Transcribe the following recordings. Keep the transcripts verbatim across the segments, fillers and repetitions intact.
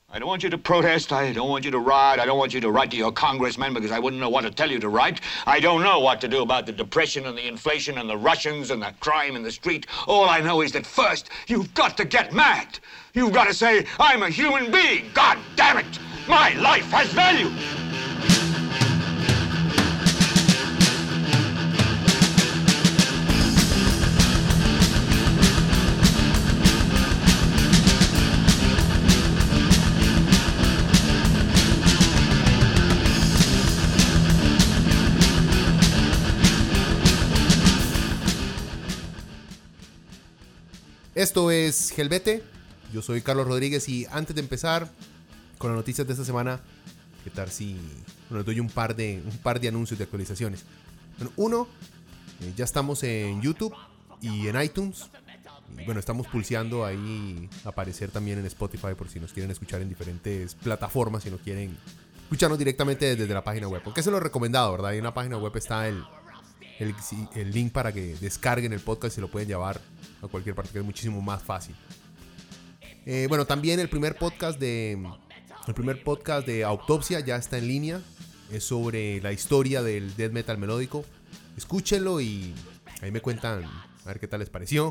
I don't want you to protest. I don't want you to riot. I don't want you to write to your congressman because I wouldn't know what to tell you to write. I don't know what to do about the depression and the inflation and the Russians and the crime in the street. All I know is that first, you've got to get mad. You've got to say, I'm a human being. God damn it. My life has value. Esto es Gelbete, yo soy Carlos Rodríguez y antes de empezar con las noticias de esta semana, ¿qué tal si bueno, les doy un par, de, un par de anuncios de actualizaciones? Bueno, uno, eh, ya estamos en YouTube y en iTunes. Y bueno, estamos pulseando ahí aparecer también en Spotify por si nos quieren escuchar en diferentes plataformas, si no quieren escucharnos directamente desde la página web. Porque eso es lo recomendado, ¿verdad? Ahí en la página web está el, el, el link para que descarguen el podcast y se lo pueden llevar a cualquier parte, que es muchísimo más fácil. Eh, bueno, también el primer podcast de el primer podcast de Autopsia ya está en línea. Es sobre la historia del death metal melódico. Escúchenlo y ahí me cuentan a ver qué tal les pareció.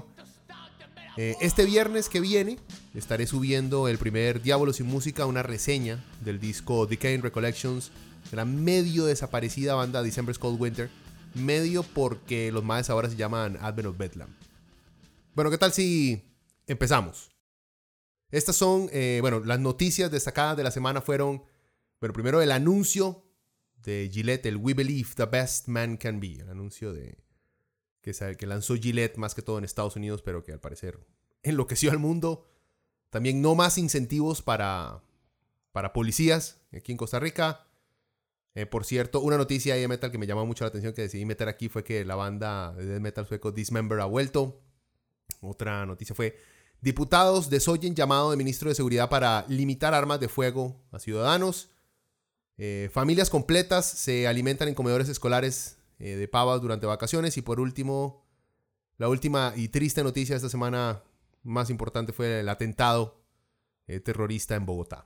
Eh, este viernes que viene estaré subiendo el primer Diablo sin Música, una reseña del disco Decaying Recollections de la medio desaparecida banda December's Cold Winter. Medio porque los maes ahora se llaman Advent of Bedlam. Bueno, ¿qué tal si empezamos? Estas son, eh, bueno, las noticias destacadas de la semana fueron, bueno, primero el anuncio de Gillette, el We Believe the Best Man Can Be, el anuncio de que, que lanzó Gillette más que todo en Estados Unidos, pero que al parecer enloqueció al mundo. También no más incentivos para, para policías aquí en Costa Rica. Eh, por cierto, una noticia de metal que me llamó mucho la atención que decidí meter aquí fue que la banda de death metal sueco Dismember ha vuelto. Otra noticia fue: diputados desoyen llamado de ministro de Seguridad para limitar armas de fuego a ciudadanos. Eh, familias completas se alimentan en comedores escolares eh, de pavas durante vacaciones. Y por último, la última y triste noticia de esta semana más importante fue el atentado eh, terrorista en Bogotá.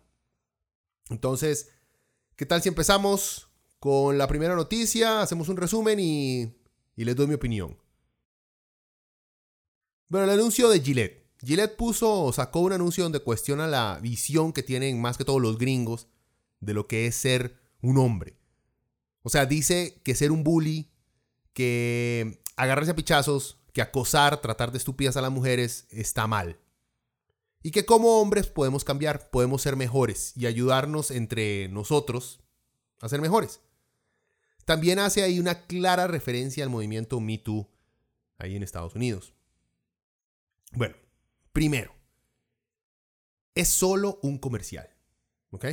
Entonces, ¿qué tal si empezamos con la primera noticia? Hacemos un resumen y, y les doy mi opinión. Bueno, el anuncio de Gillette. Gillette puso, sacó un anuncio donde cuestiona la visión que tienen más que todos los gringos de lo que es ser un hombre. O sea, dice que ser un bully, que agarrarse a pichazos, que acosar, tratar de estúpidas a las mujeres está mal. Y que como hombres podemos cambiar, podemos ser mejores y ayudarnos entre nosotros a ser mejores. También hace ahí una clara referencia al movimiento Me Too ahí en Estados Unidos. Bueno, primero, es solo un comercial, ¿ok?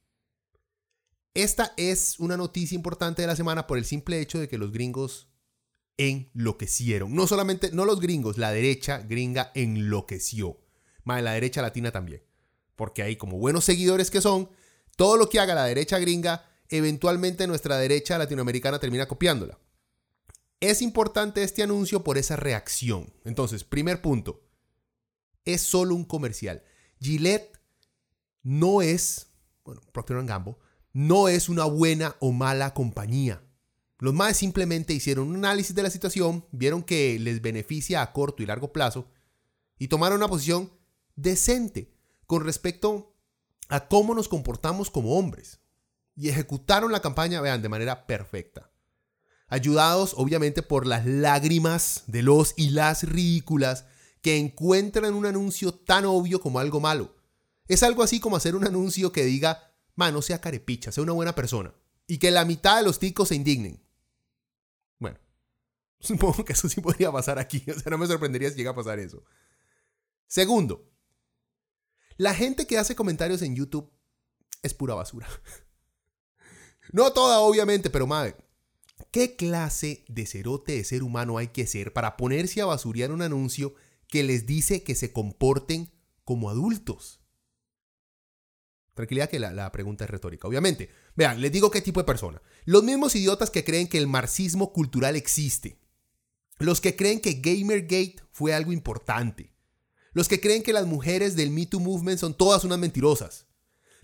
Esta es una noticia importante de la semana por el simple hecho de que los gringos enloquecieron. No solamente, no los gringos, la derecha gringa enloqueció. Más la derecha latina también. Porque ahí, como buenos seguidores que son, todo lo que haga la derecha gringa, eventualmente nuestra derecha latinoamericana termina copiándola. Es importante este anuncio por esa reacción. Entonces, primer punto. Es solo un comercial. Gillette no es, bueno, Procter and Gamble, no es una buena o mala compañía. Los maes simplemente hicieron un análisis de la situación, vieron que les beneficia a corto y largo plazo y tomaron una posición decente con respecto a cómo nos comportamos como hombres. Y ejecutaron la campaña, vean, de manera perfecta. Ayudados, obviamente, por las lágrimas de los y las ridículas que encuentran un anuncio tan obvio como algo malo. Es algo así como hacer un anuncio que diga, man, no sea carepicha, sea una buena persona. Y que la mitad de los ticos se indignen. Bueno, supongo que eso sí podría pasar aquí. O sea, no me sorprendería si llega a pasar eso. Segundo, la gente que hace comentarios en YouTube es pura basura. No toda, obviamente, pero madre, ¿qué clase de cerote de ser humano hay que ser para ponerse a basurear un anuncio que les dice que se comporten como adultos? Tranquilidad que la, la pregunta es retórica, obviamente. Vean, les digo qué tipo de persona. Los mismos idiotas que creen que el marxismo cultural existe. Los que creen que Gamergate fue algo importante. Los que creen que las mujeres del Me Too Movement son todas unas mentirosas.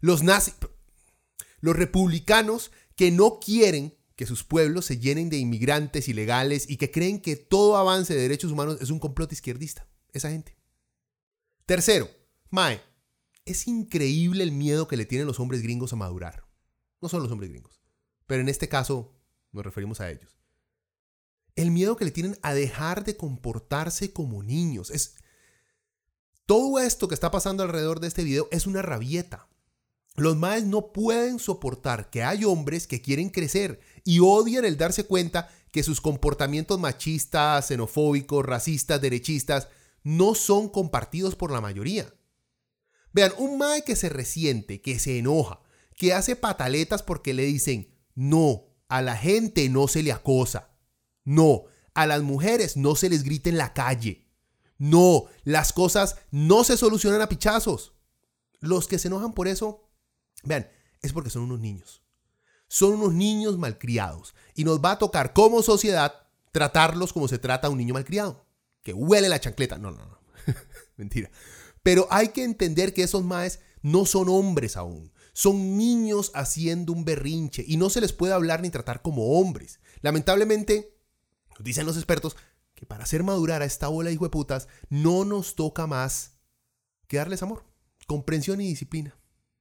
Los nazis, los republicanos que no quieren que sus pueblos se llenen de inmigrantes ilegales y que creen que todo avance de derechos humanos es un complot izquierdista. Esa gente. Tercero, mae, es increíble el miedo que le tienen los hombres gringos a madurar. No son los hombres gringos, pero en este caso nos referimos a ellos. El miedo que le tienen a dejar de comportarse como niños. Es... Todo esto que está pasando alrededor de este video es una rabieta. Los maes no pueden soportar que hay hombres que quieren crecer y odian el darse cuenta que sus comportamientos machistas, xenofóbicos, racistas, derechistas no son compartidos por la mayoría. Vean, un mae que se resiente, que se enoja, que hace pataletas porque le dicen no, a la gente no se le acosa. No, a las mujeres no se les grita en la calle. No, las cosas no se solucionan a pichazos. Los que se enojan por eso, vean, es porque son unos niños. Son unos niños malcriados. Y nos va a tocar como sociedad tratarlos como se trata a un niño malcriado. Que huele la chancleta. No, no, no. Mentira. Pero hay que entender que esos maes no son hombres aún. Son niños haciendo un berrinche. Y no se les puede hablar ni tratar como hombres. Lamentablemente, nos dicen los expertos que para hacer madurar a esta bola de hijueputas no nos toca más que darles amor, comprensión y disciplina.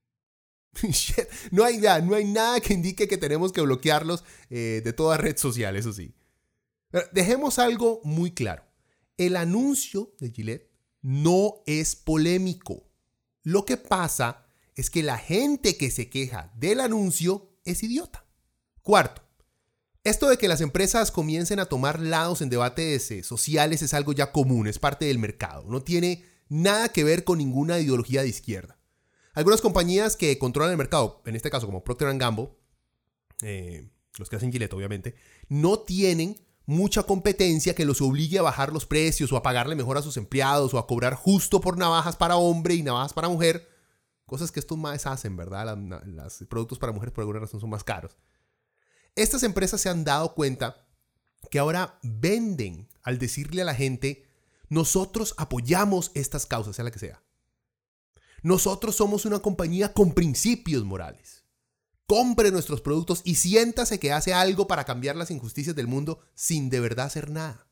no, hay, no hay nada que indique que tenemos que bloquearlos eh, de toda red social, eso sí. Pero dejemos algo muy claro. El anuncio de Gillette no es polémico. Lo que pasa es que la gente que se queja del anuncio es idiota. Cuarto, esto de que las empresas comiencen a tomar lados en debates eh, sociales es algo ya común, es parte del mercado. No tiene nada que ver con ninguna ideología de izquierda. Algunas compañías que controlan el mercado, en este caso como Procter and Gamble, eh, los que hacen Gillette obviamente, no tienen mucha competencia que los obligue a bajar los precios o a pagarle mejor a sus empleados o a cobrar justo por navajas para hombre y navajas para mujer. Cosas que estos maes hacen, ¿verdad? Los productos para mujeres por alguna razón son más caros. Estas empresas se han dado cuenta que ahora venden al decirle a la gente, nosotros apoyamos estas causas, sea la que sea. Nosotros somos una compañía con principios morales. Compre nuestros productos y siéntase que hace algo para cambiar las injusticias del mundo sin de verdad hacer nada.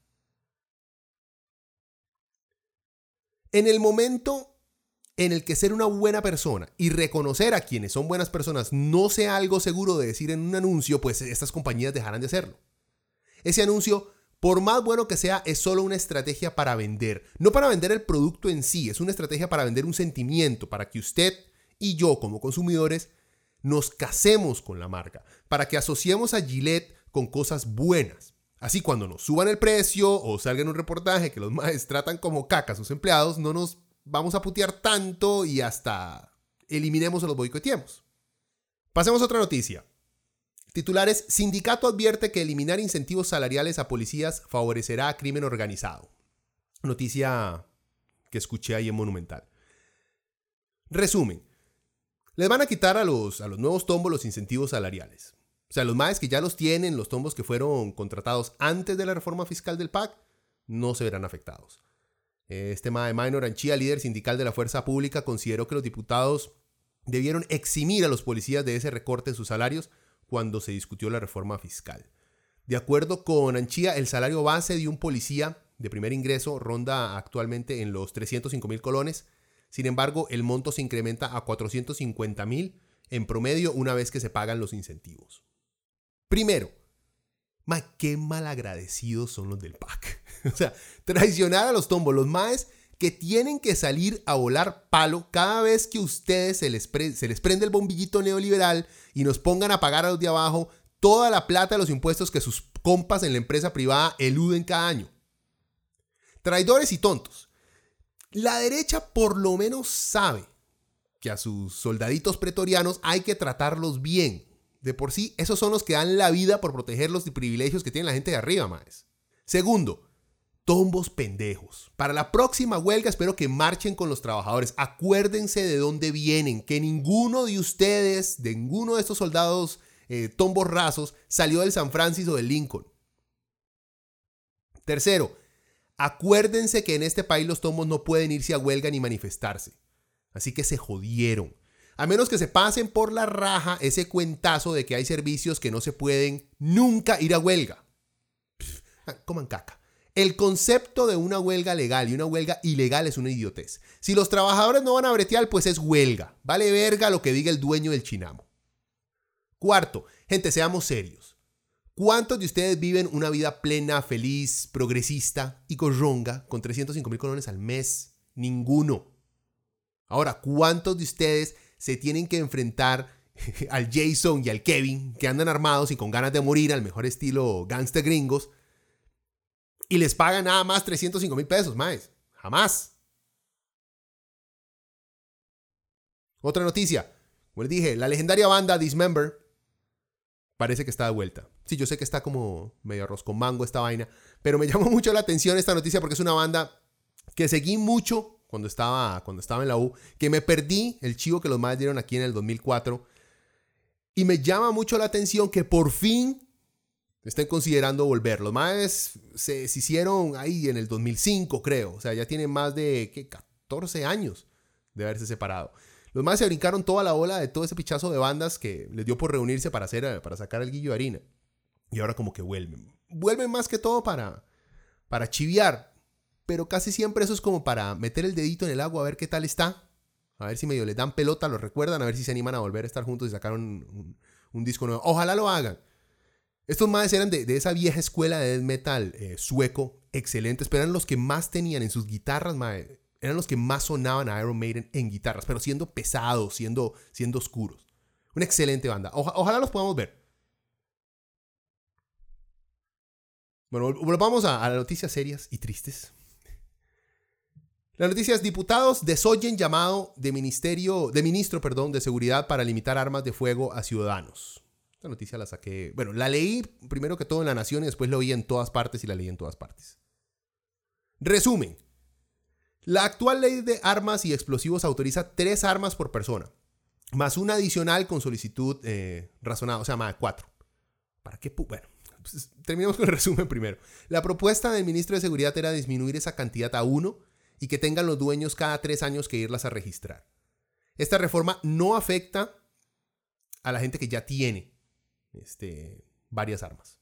En el momento en el que ser una buena persona y reconocer a quienes son buenas personas no sea algo seguro de decir en un anuncio, pues estas compañías dejarán de hacerlo. Ese anuncio, por más bueno que sea, es solo una estrategia para vender. No para vender el producto en sí, es una estrategia para vender un sentimiento, para que usted y yo como consumidores nos casemos con la marca, para que asociemos a Gillette con cosas buenas. Así cuando nos suban el precio o salga en un reportaje que los maes tratan como caca a sus empleados, no nos vamos a putear tanto y hasta eliminemos o los boicoteemos. Pasemos a otra noticia. Titulares: Sindicato advierte que eliminar incentivos salariales a policías favorecerá a crimen organizado. Noticia que escuché ahí en Monumental. Resumen. Les van a quitar a los, a los nuevos tombos los incentivos salariales. O sea, los maes que ya los tienen, los tombos que fueron contratados antes de la reforma fiscal del P A C, no se verán afectados. Este mae Minor Anchía, líder sindical de la Fuerza Pública, consideró que los diputados debieron eximir a los policías de ese recorte en sus salarios cuando se discutió la reforma fiscal. De acuerdo con Anchía, el salario base de un policía de primer ingreso ronda actualmente en los trescientos cinco mil colones. Sin embargo, el monto se incrementa a cuatrocientos cincuenta mil en promedio una vez que se pagan los incentivos. Primero, mae, qué malagradecidos son los del P A C. O sea, traicionar a los tombos, los maes que tienen que salir a volar palo cada vez que ustedes se les, pre- se les prende el bombillito neoliberal y nos pongan a pagar a los de abajo toda la plata de los impuestos que sus compas en la empresa privada eluden cada año. Traidores y tontos. La derecha por lo menos sabe que a sus soldaditos pretorianos hay que tratarlos bien. De por sí, esos son los que dan la vida por proteger los privilegios que tiene la gente de arriba, maes. Segundo, tombos pendejos. Para la próxima huelga espero que marchen con los trabajadores. Acuérdense de dónde vienen, que ninguno de ustedes, de ninguno de estos soldados eh, tombos rasos, salió del San Francisco o del Lincoln. Tercero, acuérdense que en este país los tombos no pueden irse a huelga ni manifestarse. Así que se jodieron. A menos que se pasen por la raja ese cuentazo de que hay servicios que no se pueden nunca ir a huelga. Pff, coman caca. El concepto de una huelga legal y una huelga ilegal es una idiotez. Si los trabajadores no van a bretear, pues es huelga. Vale verga lo que diga el dueño del chinamo. Cuarto, gente, seamos serios. ¿Cuántos de ustedes viven una vida plena, feliz, progresista y corronga con trescientos cinco mil colones al mes? Ninguno. Ahora, ¿cuántos de ustedes se tienen que enfrentar al Jason y al Kevin que andan armados y con ganas de morir al mejor estilo gangster gringos y les pagan nada más trescientos cinco mil pesos, maes? Jamás. Otra noticia. Como les dije, la legendaria banda Dismember parece que está de vuelta. Sí, yo sé que está como medio arroz con mango esta vaina, pero me llamó mucho la atención esta noticia porque es una banda que seguí mucho cuando estaba, cuando estaba en la U, que me perdí el chivo que los más dieron aquí en el dos mil cuatro, y me llama mucho la atención que por fin estén considerando volver. Los más se, se hicieron ahí en el dos mil cinco, creo, o sea, ya tienen más de ¿qué? catorce años de haberse separado. Los más se brincaron toda la ola de todo ese pichazo de bandas que les dio por reunirse para, hacer, para sacar el guillo de harina. Y ahora como que vuelven. Vuelven más que todo para, para chiviar. Pero casi siempre eso es como para meter el dedito en el agua a ver qué tal está. A ver si medio les dan pelota, lo recuerdan, a ver si se animan a volver a estar juntos y sacar un, un, un disco nuevo. Ojalá lo hagan. Estos más eran de, de esa vieja escuela de death metal eh, sueco, excelentes, pero eran los que más tenían en sus guitarras, mae. Eran los que más sonaban a Iron Maiden en guitarras, pero siendo pesados, siendo, siendo oscuros. Una excelente banda. Oja, ojalá los podamos ver. Bueno, volvamos a, a las noticias serias y tristes. Las noticias: diputados desoyen llamado de ministerio, de ministro, perdón, de seguridad para limitar armas de fuego a ciudadanos. Esta noticia la saqué, bueno, la leí primero que todo en La Nación y después lo vi en todas partes y la leí en todas partes. Resumen. La actual ley de armas y explosivos autoriza tres armas por persona, más una adicional con solicitud eh, razonada, o sea, más cuatro. ¿Para qué? Bueno, pues, terminemos con el resumen primero. La propuesta del ministro de Seguridad era disminuir esa cantidad a uno y que tengan los dueños cada tres años que irlas a registrar. Esta reforma no afecta a la gente que ya tiene este, varias armas.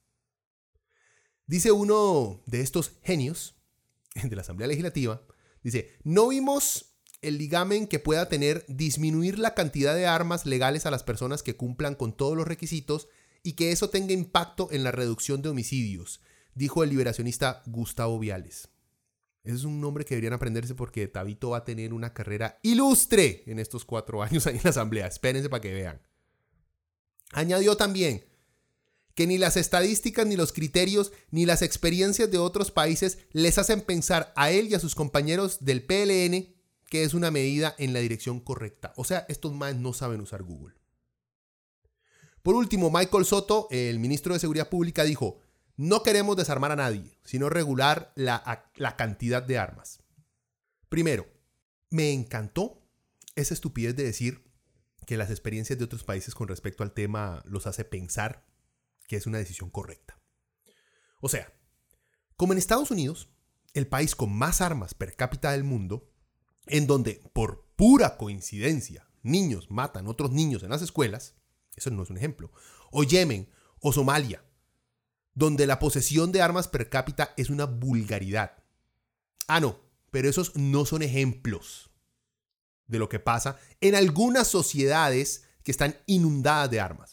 Dice uno de estos genios de la Asamblea Legislativa. Dice, no vimos el ligamen que pueda tener disminuir la cantidad de armas legales a las personas que cumplan con todos los requisitos y que eso tenga impacto en la reducción de homicidios, dijo el liberacionista Gustavo Viales. Ese es un nombre que deberían aprenderse porque Tabito va a tener una carrera ilustre en estos cuatro años ahí en la Asamblea. Espérense para que vean. Añadió también que ni las estadísticas, ni los criterios, ni las experiencias de otros países les hacen pensar a él y a sus compañeros del P L N que es una medida en la dirección correcta. O sea, estos más no saben usar Google. Por último, Michael Soto, el ministro de Seguridad Pública, dijo, no queremos desarmar a nadie, sino regular la, la cantidad de armas. Primero, me encantó esa estupidez de decir que las experiencias de otros países con respecto al tema los hace pensar que es una decisión correcta. O sea, como en Estados Unidos, el país con más armas per cápita del mundo, en donde por pura coincidencia niños matan a otros niños en las escuelas, eso no es un ejemplo, o Yemen o Somalia, donde la posesión de armas per cápita es una vulgaridad. Ah, no, pero esos no son ejemplos de lo que pasa en algunas sociedades que están inundadas de armas.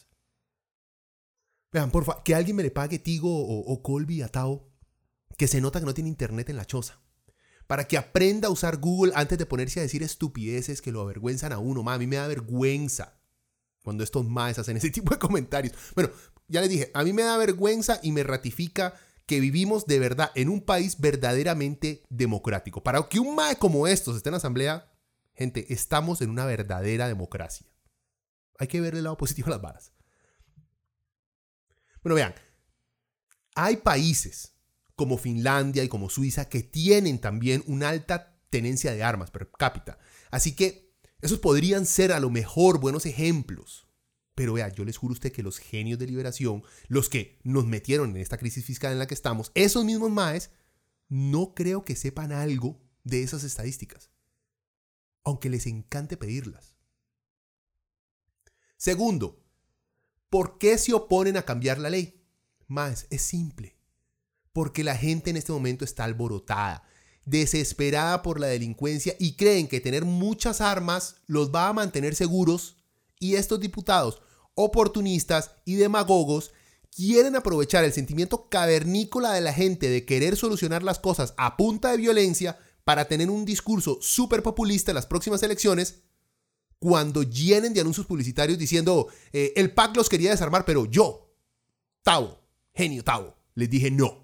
Vean, porfa, que alguien me le pague Tigo o, o Colby a Tao, que se nota que no tiene internet en la choza, para que aprenda a usar Google antes de ponerse a decir estupideces que lo avergüenzan a uno. Ma, a mí me da vergüenza cuando estos maes hacen ese tipo de comentarios. Bueno, ya les dije, a mí me da vergüenza y me ratifica que vivimos de verdad en un país verdaderamente democrático. Para que un mae como estos esté en la asamblea, gente, estamos en una verdadera democracia. Hay que verle el lado positivo a las varas. Bueno, vean, hay países como Finlandia y como Suiza que tienen también una alta tenencia de armas per cápita. Así que esos podrían ser a lo mejor buenos ejemplos. Pero vea, yo les juro a usted que los genios de liberación, los que nos metieron en esta crisis fiscal en la que estamos, esos mismos maes, no creo que sepan algo de esas estadísticas. Aunque les encante pedirlas. Segundo, ¿por qué se oponen a cambiar la ley? Más, es simple. Porque la gente en este momento está alborotada, desesperada por la delincuencia y creen que tener muchas armas los va a mantener seguros, y estos diputados oportunistas y demagogos quieren aprovechar el sentimiento cavernícola de la gente de querer solucionar las cosas a punta de violencia para tener un discurso súper populista en las próximas elecciones, cuando llenen de anuncios publicitarios diciendo eh, el P A C los quería desarmar, pero yo, Tavo, genio Tavo, les dije no.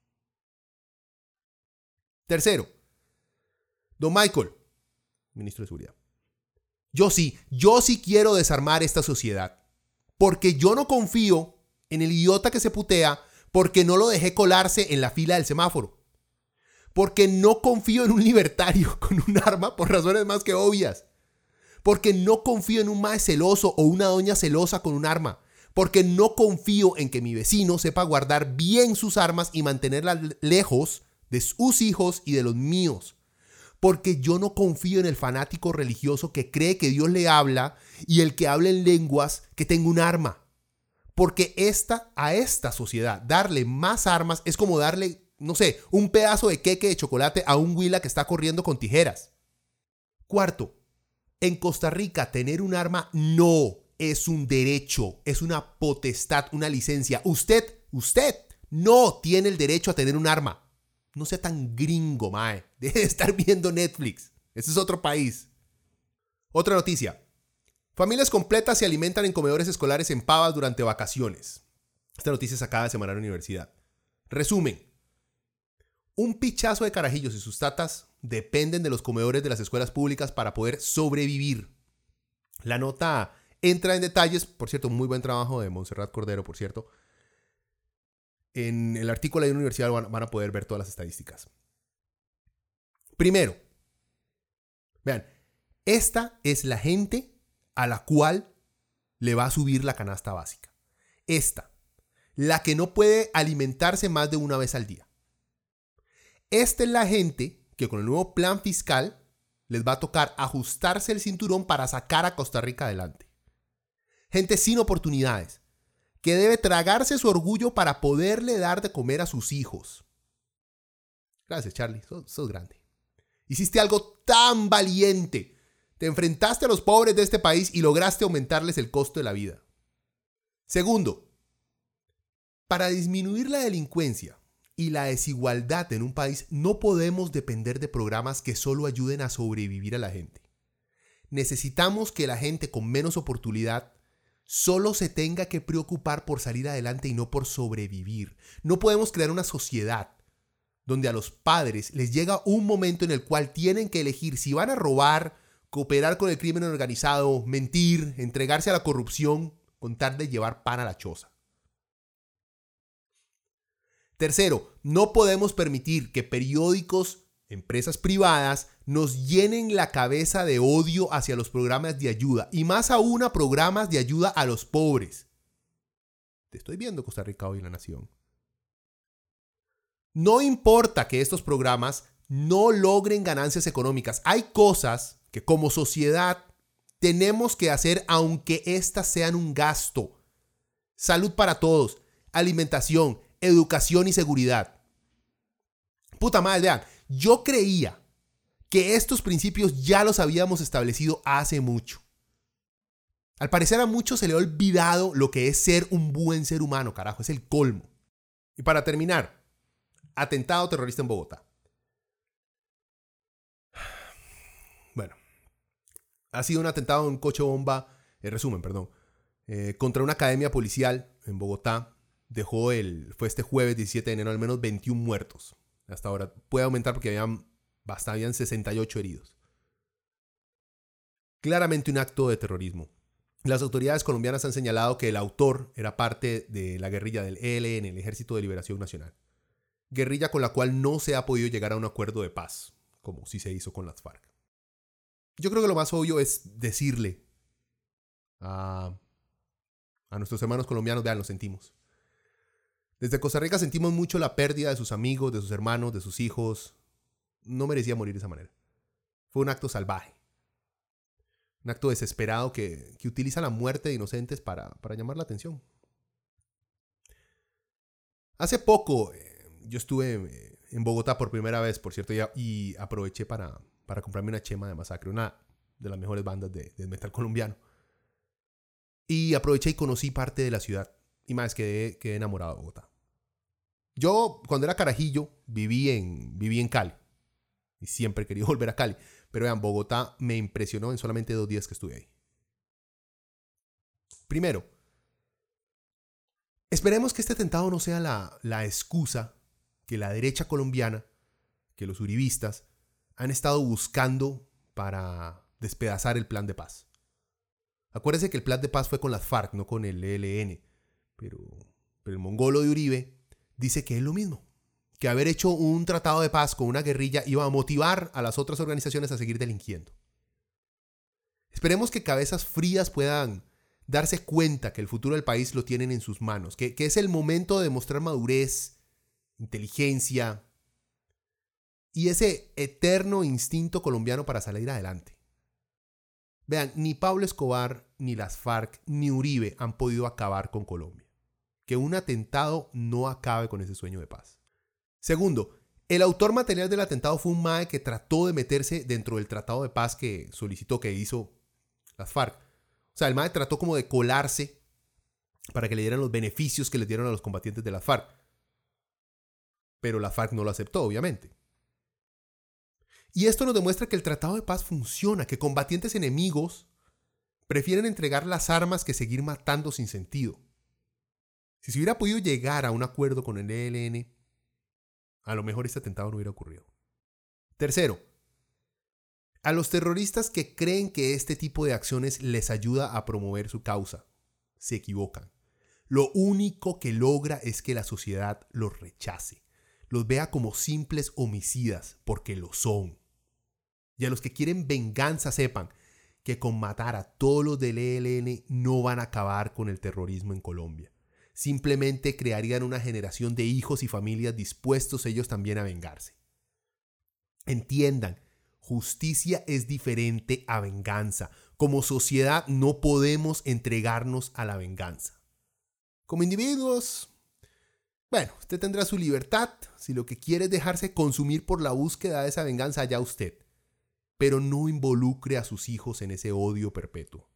Tercero, don Michael, ministro de Seguridad. Yo sí, yo sí quiero desarmar esta sociedad, porque yo no confío en el idiota que se putea porque no lo dejé colarse en la fila del semáforo. Porque no confío en un libertario con un arma por razones más que obvias. Porque no confío en un mae celoso o una doña celosa con un arma. Porque no confío en que mi vecino sepa guardar bien sus armas y mantenerlas lejos de sus hijos y de los míos. Porque yo no confío en el fanático religioso que cree que Dios le habla y el que habla en lenguas que tenga un arma. Porque esta, a esta sociedad darle más armas es como darle, no sé, un pedazo de queque de chocolate a un huila que está corriendo con tijeras. Cuarto, en Costa Rica tener un arma no es un derecho, es una potestad, una licencia. Usted, usted no tiene el derecho a tener un arma. No sea tan gringo, mae. Deje de estar viendo Netflix. Ese es otro país. Otra noticia. Familias completas se alimentan en comedores escolares en Pavas durante vacaciones. Esta noticia es sacada de Semanario Universidad. Resumen. Un pichazo de carajillos y sus tatas dependen de los comedores de las escuelas públicas para poder sobrevivir. La nota entra en detalles, por cierto, muy buen trabajo de Montserrat Cordero, por cierto. En el artículo de la universidad van a poder ver todas las estadísticas. Primero, vean, esta es la gente a la cual le va a subir la canasta básica. Esta, la que no puede alimentarse más de una vez al día. Esta es la gente que con el nuevo plan fiscal les va a tocar ajustarse el cinturón para sacar a Costa Rica adelante. Gente sin oportunidades, que debe tragarse su orgullo para poderle dar de comer a sus hijos. Gracias, Charlie, sos, sos grande. Hiciste algo tan valiente. Te enfrentaste a los pobres de este país y lograste aumentarles el costo de la vida. Segundo, para disminuir la delincuencia y la desigualdad en un país, no podemos depender de programas que solo ayuden a sobrevivir a la gente. Necesitamos que la gente con menos oportunidad solo se tenga que preocupar por salir adelante y no por sobrevivir. No podemos crear una sociedad donde a los padres les llega un momento en el cual tienen que elegir si van a robar, cooperar con el crimen organizado, mentir, entregarse a la corrupción, con tal de llevar pan a la choza. Tercero, no podemos permitir que periódicos, empresas privadas, nos llenen la cabeza de odio hacia los programas de ayuda, y más aún a programas de ayuda a los pobres. Te estoy viendo, Costa Rica Hoy, La Nación. No importa que estos programas no logren ganancias económicas. Hay cosas que como sociedad tenemos que hacer aunque éstas sean un gasto. Salud para todos, alimentación, educación y seguridad. Puta madre, vean, yo creía que estos principios ya los habíamos establecido hace mucho. Al parecer a muchos se le ha olvidado lo que es ser un buen ser humano, carajo, es el colmo. Y para terminar, atentado terrorista en Bogotá. Bueno, ha sido un atentado en un coche bomba, en resumen, perdón, eh, contra una academia policial en Bogotá. Dejó el, fue este jueves diecisiete de enero, al menos veintiún muertos. Hasta ahora puede aumentar porque habían, basta, habían sesenta y ocho heridos. Claramente un acto de terrorismo. Las autoridades colombianas han señalado que el autor era parte de la guerrilla del E L N, el Ejército de Liberación Nacional. Guerrilla con la cual no se ha podido llegar a un acuerdo de paz, como sí se hizo con las FARC. Yo creo que lo más obvio es decirle a, a nuestros hermanos colombianos, vean, lo sentimos. Desde Costa Rica sentimos mucho la pérdida de sus amigos, de sus hermanos, de sus hijos. No merecía morir de esa manera. Fue un acto salvaje. Un acto desesperado que, que utiliza la muerte de inocentes para, para llamar la atención. Hace poco eh, yo estuve eh, en Bogotá por primera vez, por cierto, y, y aproveché para, para comprarme una Chema de Masacre, una de las mejores bandas de, de metal colombiano. Y aproveché y conocí parte de la ciudad. Y más, quedé, quedé enamorado de Bogotá. Yo, cuando era carajillo, viví en, viví en Cali. Y siempre he querido volver a Cali. Pero vean, Bogotá me impresionó en solamente dos días que estuve ahí. Primero, esperemos que este atentado no sea la, la excusa que la derecha colombiana, que los uribistas, han estado buscando para despedazar el plan de paz. Acuérdense que el plan de paz fue con las FARC, no con el E L N. Pero, pero el mongolo de Uribe dice que es lo mismo. Que haber hecho un tratado de paz con una guerrilla iba a motivar a las otras organizaciones a seguir delinquiendo. Esperemos que cabezas frías puedan darse cuenta que el futuro del país lo tienen en sus manos. Que, que es el momento de demostrar madurez, inteligencia y ese eterno instinto colombiano para salir adelante. Vean, ni Pablo Escobar, ni las FARC, ni Uribe han podido acabar con Colombia. Que un atentado no acabe con ese sueño de paz. Segundo, el autor material del atentado fue un mae que trató de meterse dentro del tratado de paz que solicitó, que hizo las FARC. O sea, el mae trató como de colarse para que le dieran los beneficios que le dieron a los combatientes de las FARC. Pero la FARC no lo aceptó, obviamente. Y esto nos demuestra que el tratado de paz funciona, que combatientes enemigos prefieren entregar las armas que seguir matando sin sentido. Si se hubiera podido llegar a un acuerdo con el E L N, a lo mejor este atentado no hubiera ocurrido. Tercero, a los terroristas que creen que este tipo de acciones les ayuda a promover su causa, se equivocan. Lo único que logra es que la sociedad los rechace, los vea como simples homicidas, porque lo son. Y a los que quieren venganza sepan que con matar a todos los del E L N no van a acabar con el terrorismo en Colombia. Simplemente crearían una generación de hijos y familias dispuestos ellos también a vengarse. Entiendan, justicia es diferente a venganza. Como sociedad no podemos entregarnos a la venganza. Como individuos, bueno, usted tendrá su libertad. Si lo que quiere es dejarse consumir por la búsqueda de esa venganza, allá usted. Pero no involucre a sus hijos en ese odio perpetuo.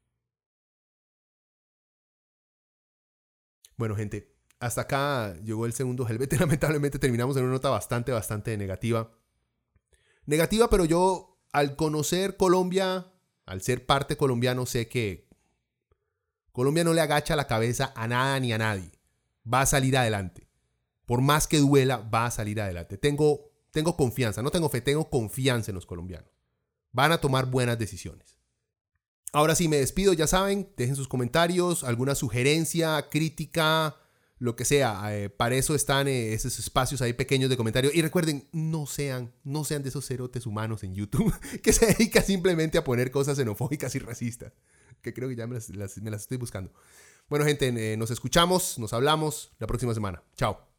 Bueno, gente, hasta acá llegó el segundo Helvete. Lamentablemente terminamos en una nota bastante, bastante negativa. Negativa, pero yo, al conocer Colombia, al ser parte colombiano, sé que Colombia no le agacha la cabeza a nada ni a nadie. Va a salir adelante. Por más que duela, va a salir adelante. Tengo, tengo confianza, no tengo fe, tengo confianza en los colombianos. Van a tomar buenas decisiones. Ahora sí, me despido, ya saben, dejen sus comentarios, alguna sugerencia, crítica, lo que sea. Eh, para eso están eh, esos espacios ahí pequeños de comentarios. Y recuerden, no sean, no sean de esos cerotes humanos en YouTube que se dedican simplemente a poner cosas xenofóbicas y racistas. Que creo que ya me las, las, me las estoy buscando. Bueno, gente, eh, nos escuchamos, nos hablamos la próxima semana. Chao.